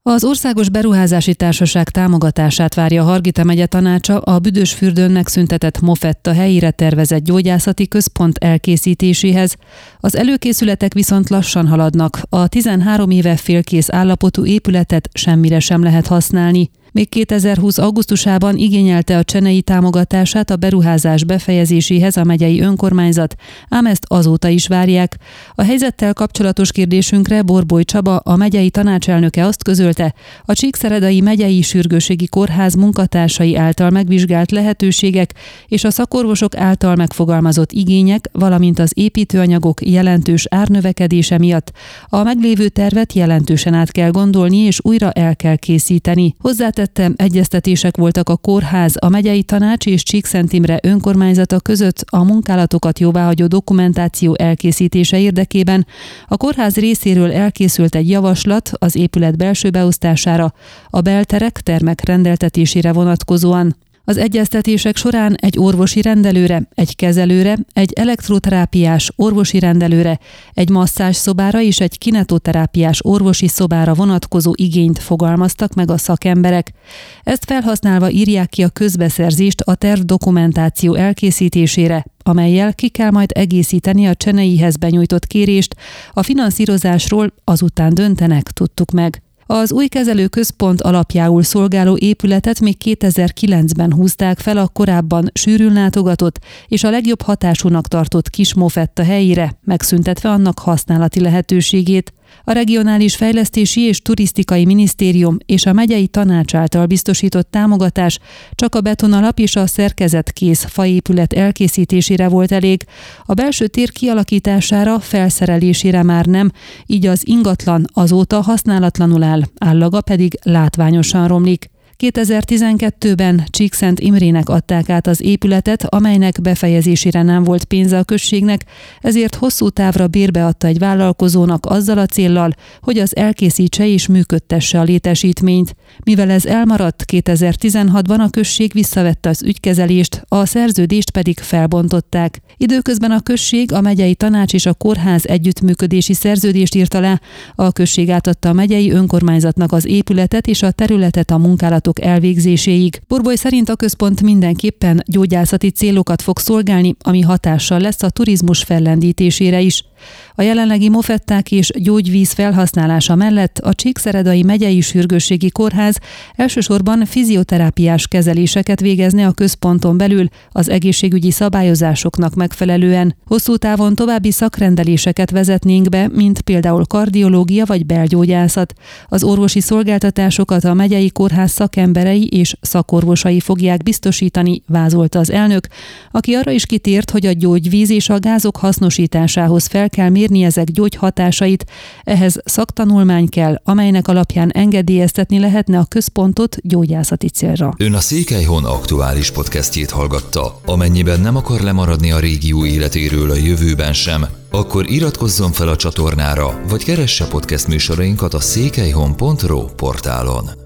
Az Országos Beruházási Társaság támogatását várja Hargita megye tanácsa a Büdösfürdőn megszüntetett Mofetta helyére tervezett gyógyászati központ elkészítéséhez. Az előkészületek viszont lassan haladnak. A 13 éve félkész állapotú épületet semmire sem lehet használni. Még 2020. augusztusában igényelte a csenei támogatását a beruházás befejezéséhez a megyei önkormányzat, ám ezt azóta is várják. A helyzettel kapcsolatos kérdésünkre Borboly Csaba, a megyei tanácselnöke azt közölte, a Csíkszeredai Megyei Sürgősségi Kórház munkatársai által megvizsgált lehetőségek és a szakorvosok által megfogalmazott igények, valamint az építőanyagok jelentős árnövekedése miatt a meglévő tervet jelentősen át kell gondolni és újra el kell készíteni. Egyeztetések voltak a kórház, a megyei tanács és Csíkszent Imre önkormányzata között a munkálatokat jóváhagyó dokumentáció elkészítése érdekében. A kórház részéről elkészült egy javaslat az épület belső beosztására, a belterek, termek rendeltetésére vonatkozóan. Az egyeztetések során egy orvosi rendelőre, egy kezelőre, egy elektroterápiás orvosi rendelőre, egy masszázsszobára és egy kinetoterápiás orvosi szobára vonatkozó igényt fogalmaztak meg a szakemberek. Ezt felhasználva írják ki a közbeszerzést a terv dokumentáció elkészítésére, amellyel ki kell majd egészíteni a cseneihez benyújtott kérést, a finanszírozásról azután döntenek, tudtuk meg. Az új kezelőközpont alapjául szolgáló épületet még 2009-ben húzták fel a korábban sűrűn látogatott és a legjobb hatásúnak tartott kis Mofetta helyére, megszüntetve annak használati lehetőségét. A Regionális Fejlesztési és Turisztikai Minisztérium és a megyei tanács által biztosított támogatás csak a betonalap és a szerkezetkész faépület elkészítésére volt elég. A belső tér kialakítására, felszerelésére már nem, így az ingatlan azóta használatlanul áll, állaga pedig látványosan romlik. 2012-ben Csíkszent Imrének adták át az épületet, amelynek befejezésére nem volt pénze a községnek, ezért hosszú távra bérbe adta egy vállalkozónak azzal a céllal, hogy az elkészítse és működtesse a létesítményt. Mivel ez elmaradt, 2016-ban a község visszavette az ügykezelést, a szerződést pedig felbontották. Időközben a község, a megyei tanács és a kórház együttműködési szerződést írta le. A község átadta a megyei önkormányzatnak az épületet és a területet a munkálatok elvégzéséig. Borboly szerint a központ mindenképpen gyógyászati célokat fog szolgálni, ami hatással lesz a turizmus fellendítésére is. A jelenlegi mofetták és gyógyvíz felhasználása mellett a Csíkszeredai Megyei Sürgősségi Kórház elsősorban fizioterápiás kezeléseket végezne a központon belül az egészségügyi szabályozásoknak megfelelően. Hosszú távon további szakrendeléseket vezetnénk be, mint például kardiológia vagy belgyógyászat. Az orvosi szolgáltatásokat a megyei kórház szakemberei és szakorvosai fogják biztosítani, vázolta az elnök, aki arra is kitért, hogy a gyógyvíz és a gázok hasznosításához fel kell mérni ezek gyógyhatásait, ehhez szaktanulmány kell, amelynek alapján engedélyeztetni lehetne a központot gyógyászati célra. Ön a Székelyhon aktuális podcastjét hallgatta. Amennyiben nem akar lemaradni a régió életéről a jövőben sem, akkor iratkozzon fel a csatornára, vagy keresse podcast műsorainkat a székelyhon.ro portálon.